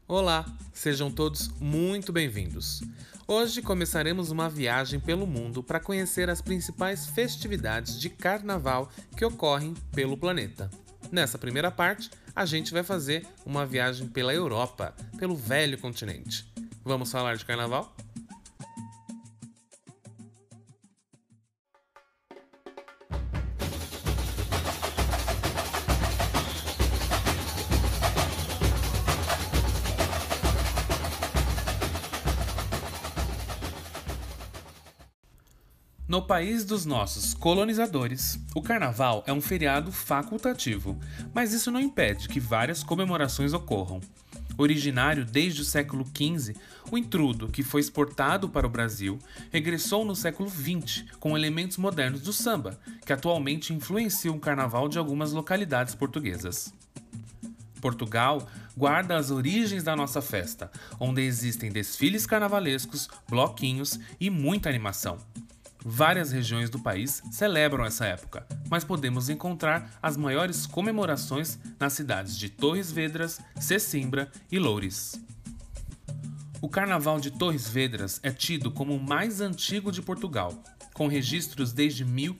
Olá, sejam todos muito bem-vindos. Hoje começaremos uma viagem pelo mundo para conhecer as principais festividades de carnaval que ocorrem pelo planeta. Nessa primeira parte, a gente vai fazer uma viagem pela Europa, pelo velho continente. Vamos falar de carnaval? No país dos nossos colonizadores, o carnaval é um feriado facultativo, mas isso não impede que várias comemorações ocorram. Originário desde o século XV, o intrudo, que foi exportado para o Brasil, regressou no século XX com elementos modernos do samba, que atualmente influenciam o carnaval de algumas localidades portuguesas. Portugal guarda as origens da nossa festa, onde existem desfiles carnavalescos, bloquinhos e muita animação. Várias regiões do país celebram essa época, mas podemos encontrar as maiores comemorações nas cidades de Torres Vedras, Sesimbra e Loures. O Carnaval de Torres Vedras é tido como o mais antigo de Portugal, com registros desde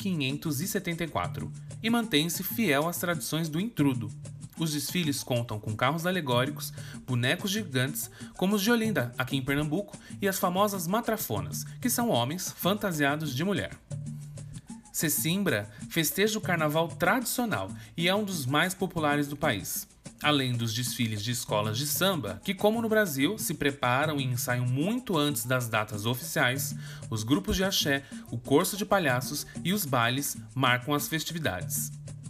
1574, e mantém-se fiel às tradições do intrudo. Os desfiles contam com carros alegóricos, bonecos gigantes, como os de Olinda, aqui em Pernambuco, e as famosas matrafonas, que são homens fantasiados de mulher. Sesimbra festeja o carnaval tradicional e é um dos mais populares do país. Além dos desfiles de escolas de samba, que, como no Brasil, se preparam e ensaiam muito antes das datas oficiais, os grupos de axé, o curso de palhaços e os bailes marcam as festividades.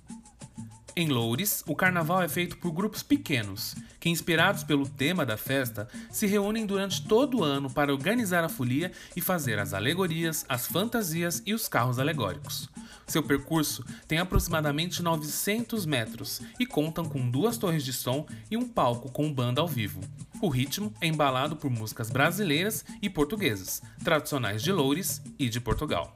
Em Loures, o carnaval é feito por grupos pequenos, que, inspirados pelo tema da festa, se reúnem durante todo o ano para organizar a folia e fazer as alegorias, as fantasias e os carros alegóricos. Seu percurso tem aproximadamente 900 metros e contam com 2 torres de som e um palco com banda ao vivo. O ritmo é embalado por músicas brasileiras e portuguesas, tradicionais de Loures e de Portugal.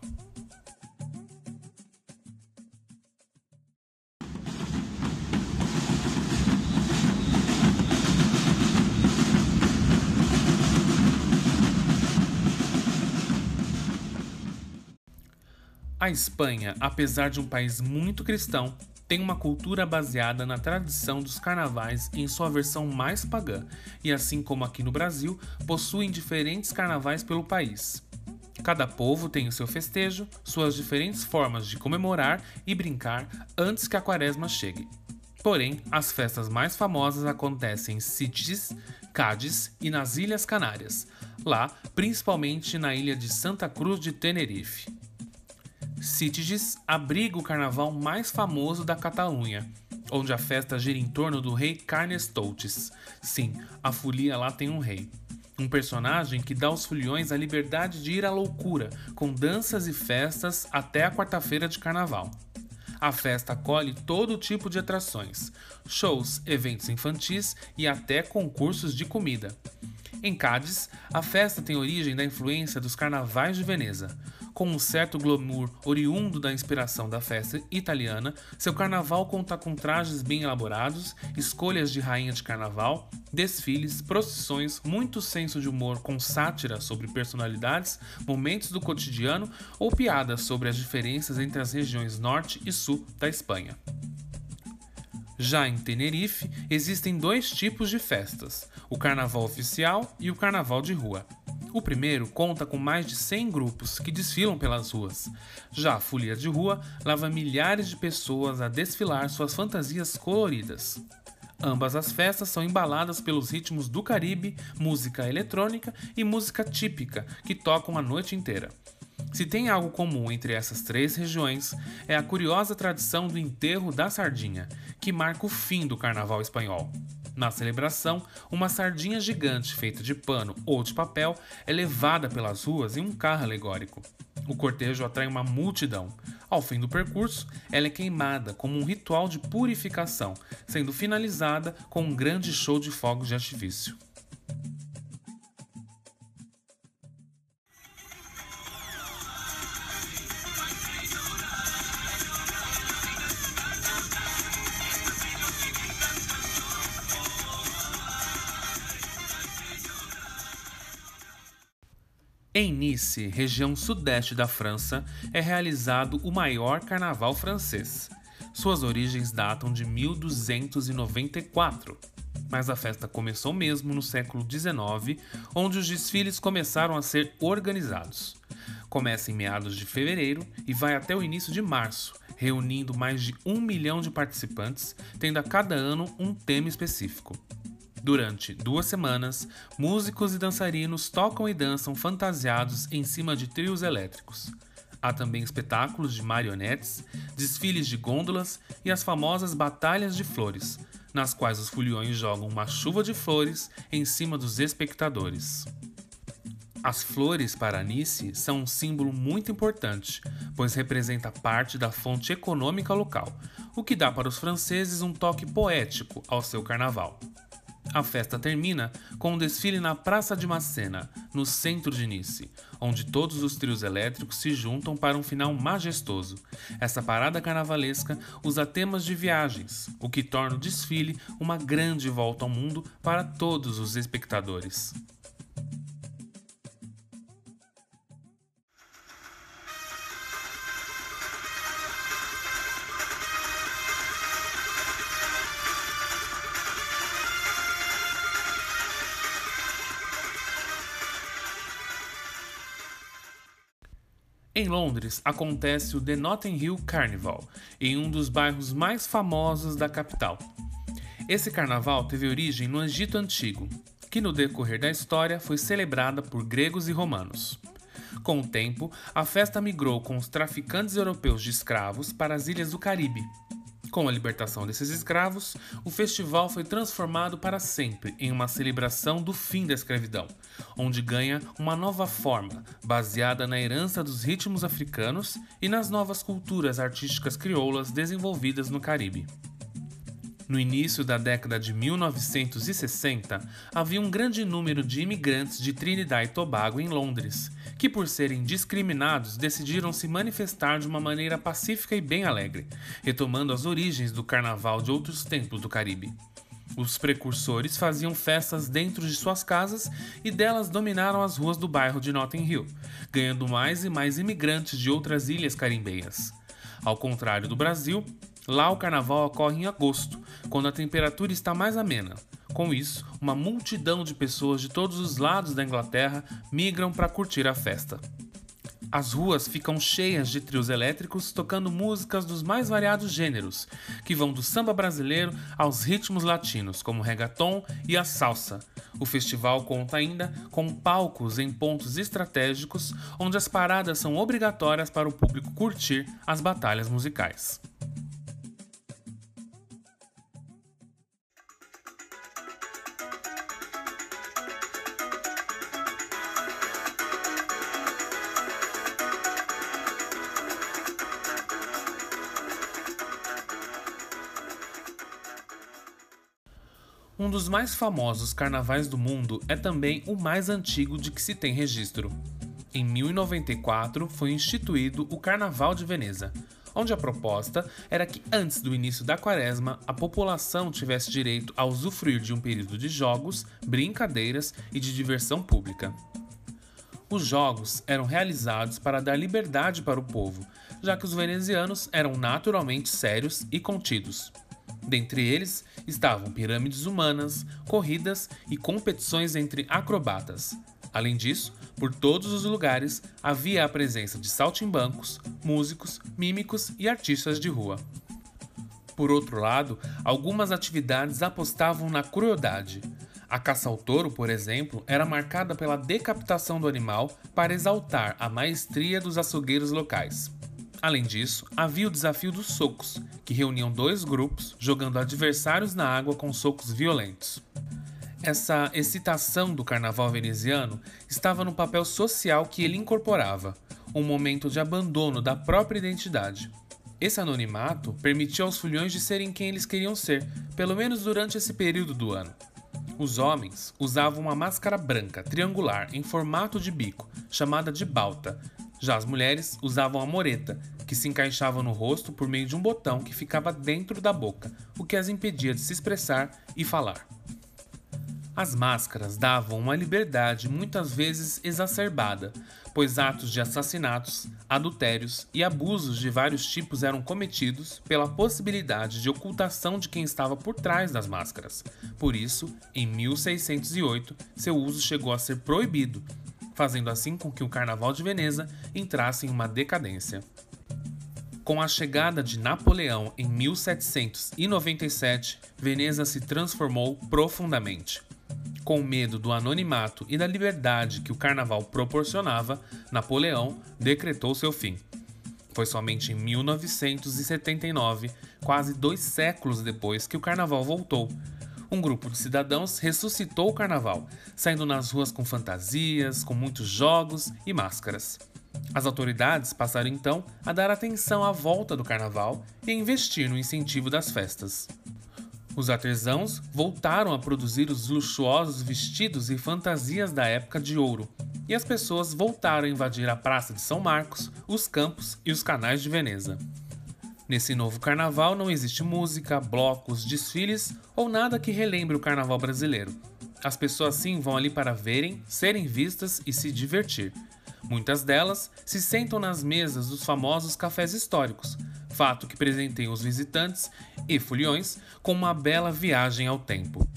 A Espanha, apesar de um país muito cristão, tem uma cultura baseada na tradição dos carnavais em sua versão mais pagã, e assim como aqui no Brasil, possuem diferentes carnavais pelo país. Cada povo tem o seu festejo, suas diferentes formas de comemorar e brincar antes que a quaresma chegue. Porém, as festas mais famosas acontecem em Sitges, Cádiz e nas Ilhas Canárias, lá principalmente na ilha de Santa Cruz de Tenerife. Sitges abriga o carnaval mais famoso da Catalunha, onde a festa gira em torno do rei Carnestoltes. Sim, a folia lá tem um rei. Um personagem que dá aos foliões a liberdade de ir à loucura, com danças e festas até a quarta-feira de carnaval. A festa acolhe todo tipo de atrações, shows, eventos infantis e até concursos de comida. Em Cádiz, a festa tem origem da influência dos carnavais de Veneza. Com um certo glamour oriundo da inspiração da festa italiana, seu carnaval conta com trajes bem elaborados, escolhas de rainha de carnaval, desfiles, procissões, muito senso de humor com sátira sobre personalidades, momentos do cotidiano ou piadas sobre as diferenças entre as regiões norte e sul da Espanha. Já em Tenerife, existem 2 tipos de festas, o carnaval oficial e o carnaval de rua. O primeiro conta com mais de 100 grupos que desfilam pelas ruas. Já a folia de rua leva milhares de pessoas a desfilar suas fantasias coloridas. Ambas as festas são embaladas pelos ritmos do Caribe, música eletrônica e música típica, que tocam a noite inteira. Se tem algo comum entre essas 3 regiões, é a curiosa tradição do enterro da sardinha, que marca o fim do carnaval espanhol. Na celebração, uma sardinha gigante feita de pano ou de papel é levada pelas ruas em um carro alegórico. O cortejo atrai uma multidão. Ao fim do percurso, ela é queimada como um ritual de purificação, sendo finalizada com um grande show de fogos de artifício. Em Nice, região sudeste da França, é realizado o maior carnaval francês. Suas origens datam de 1294, mas a festa começou mesmo no século XIX, onde os desfiles começaram a ser organizados. Começa em meados de fevereiro e vai até o início de março, reunindo mais de 1 milhão de participantes, tendo a cada ano um tema específico. Durante 2 semanas, músicos e dançarinos tocam e dançam fantasiados em cima de trios elétricos. Há também espetáculos de marionetes, desfiles de gôndolas e as famosas batalhas de flores, nas quais os foliões jogam uma chuva de flores em cima dos espectadores. As flores para Nice são um símbolo muito importante, pois representa parte da fonte econômica local, o que dá para os franceses um toque poético ao seu carnaval. A festa termina com um desfile na Praça de Masséna, no centro de Nice, onde todos os trios elétricos se juntam para um final majestoso. Essa parada carnavalesca usa temas de viagens, o que torna o desfile uma grande volta ao mundo para todos os espectadores. Em Londres, acontece o The Notting Hill Carnival, em um dos bairros mais famosos da capital. Esse carnaval teve origem no Egito Antigo, que no decorrer da história foi celebrada por gregos e romanos. Com o tempo, a festa migrou com os traficantes europeus de escravos para as ilhas do Caribe. Com a libertação desses escravos, o festival foi transformado para sempre em uma celebração do fim da escravidão, onde ganha uma nova forma, baseada na herança dos ritmos africanos e nas novas culturas artísticas crioulas desenvolvidas no Caribe. No início da década de 1960, havia um grande número de imigrantes de Trinidad e Tobago em Londres, que por serem discriminados decidiram se manifestar de uma maneira pacífica e bem alegre, retomando as origens do carnaval de outros tempos do Caribe. Os precursores faziam festas dentro de suas casas e delas dominaram as ruas do bairro de Notting Hill, ganhando mais e mais imigrantes de outras ilhas caribenhas. Ao contrário do Brasil, lá o carnaval ocorre em agosto, quando a temperatura está mais amena. Com isso, uma multidão de pessoas de todos os lados da Inglaterra migram para curtir a festa. As ruas ficam cheias de trios elétricos tocando músicas dos mais variados gêneros, que vão do samba brasileiro aos ritmos latinos, como o reggaeton e a salsa. O festival conta ainda com palcos em pontos estratégicos, onde as paradas são obrigatórias para o público curtir as batalhas musicais. Um dos mais famosos carnavais do mundo é também o mais antigo de que se tem registro. Em 1094 foi instituído o Carnaval de Veneza, onde a proposta era que antes do início da quaresma a população tivesse direito a usufruir de um período de jogos, brincadeiras e de diversão pública. Os jogos eram realizados para dar liberdade para o povo, já que os venezianos eram naturalmente sérios e contidos. Dentre eles estavam pirâmides humanas, corridas e competições entre acrobatas. Além disso, por todos os lugares havia a presença de saltimbancos, músicos, mímicos e artistas de rua. Por outro lado, algumas atividades apostavam na crueldade. A caça ao touro, por exemplo, era marcada pela decapitação do animal para exaltar a maestria dos açougueiros locais. Além disso, havia o desafio dos socos, que reuniam 2 grupos jogando adversários na água com socos violentos. Essa excitação do carnaval veneziano estava no papel social que ele incorporava, um momento de abandono da própria identidade. Esse anonimato permitia aos foliões de serem quem eles queriam ser, pelo menos durante esse período do ano. Os homens usavam uma máscara branca, triangular, em formato de bico, chamada de balta. Já as mulheres usavam a moreta, que se encaixava no rosto por meio de um botão que ficava dentro da boca, o que as impedia de se expressar e falar. As máscaras davam uma liberdade muitas vezes exacerbada, pois atos de assassinatos, adultérios e abusos de vários tipos eram cometidos pela possibilidade de ocultação de quem estava por trás das máscaras. Por isso, em 1608, seu uso chegou a ser proibido, fazendo assim com que o Carnaval de Veneza entrasse em uma decadência. Com a chegada de Napoleão em 1797, Veneza se transformou profundamente. Com medo do anonimato e da liberdade que o carnaval proporcionava, Napoleão decretou seu fim. Foi somente em 1979, quase 2 séculos depois, que o carnaval voltou. Um grupo de cidadãos ressuscitou o carnaval, saindo nas ruas com fantasias, com muitos jogos e máscaras. As autoridades passaram então a dar atenção à volta do carnaval e a investir no incentivo das festas. Os artesãos voltaram a produzir os luxuosos vestidos e fantasias da época de ouro, e as pessoas voltaram a invadir a Praça de São Marcos, os campos e os canais de Veneza. Nesse novo carnaval não existe música, blocos, desfiles ou nada que relembre o carnaval brasileiro. As pessoas sim vão ali para verem, serem vistas e se divertir. Muitas delas se sentam nas mesas dos famosos cafés históricos, fato que presenteia os visitantes e foliões com uma bela viagem ao tempo.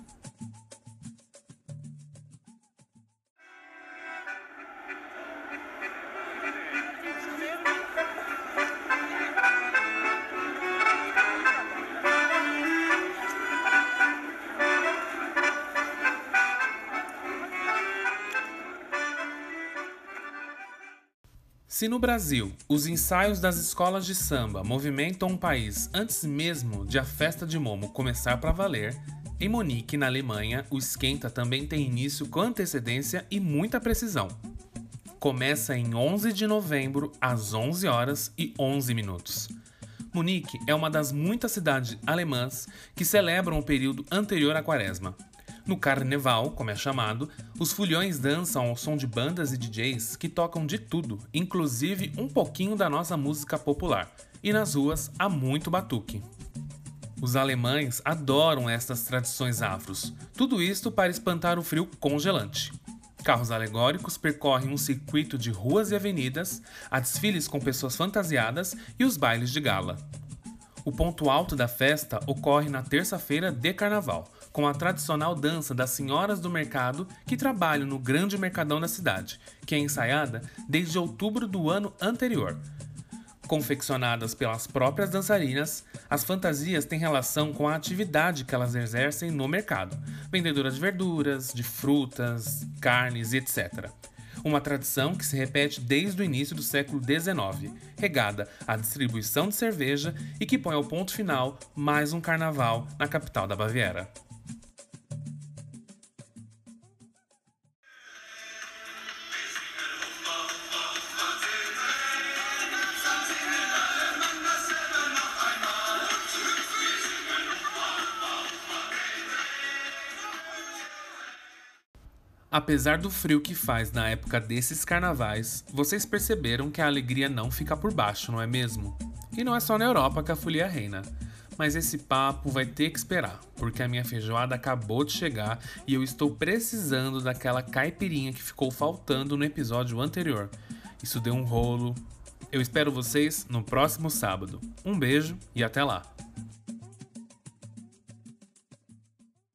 Se no Brasil, os ensaios das escolas de samba movimentam um país antes mesmo de a festa de Momo começar para valer, em Munique, na Alemanha, o esquenta também tem início com antecedência e muita precisão. Começa em 11 de novembro, às 11 horas e 11 minutos. Munique é uma das muitas cidades alemãs que celebram o período anterior à Quaresma. No Carnaval, como é chamado, os foliões dançam ao som de bandas e DJs que tocam de tudo, inclusive um pouquinho da nossa música popular. E nas ruas há muito batuque. Os alemães adoram estas tradições afros, tudo isto para espantar o frio congelante. Carros alegóricos percorrem um circuito de ruas e avenidas, há desfiles com pessoas fantasiadas e os bailes de gala. O ponto alto da festa ocorre na terça-feira de Carnaval, com a tradicional dança das senhoras do mercado que trabalham no grande mercadão da cidade, que é ensaiada desde outubro do ano anterior. Confeccionadas pelas próprias dançarinas, as fantasias têm relação com a atividade que elas exercem no mercado, vendedoras de verduras, de frutas, carnes, etc. Uma tradição que se repete desde o início do século XIX, regada à distribuição de cerveja e que põe ao ponto final mais um carnaval na capital da Baviera. Apesar do frio que faz na época desses carnavais, vocês perceberam que a alegria não fica por baixo, não é mesmo? E não é só na Europa que a folia reina. Mas esse papo vai ter que esperar, porque a minha feijoada acabou de chegar e eu estou precisando daquela caipirinha que ficou faltando no episódio anterior. Isso deu um rolo. Eu espero vocês no próximo sábado. Um beijo e até lá!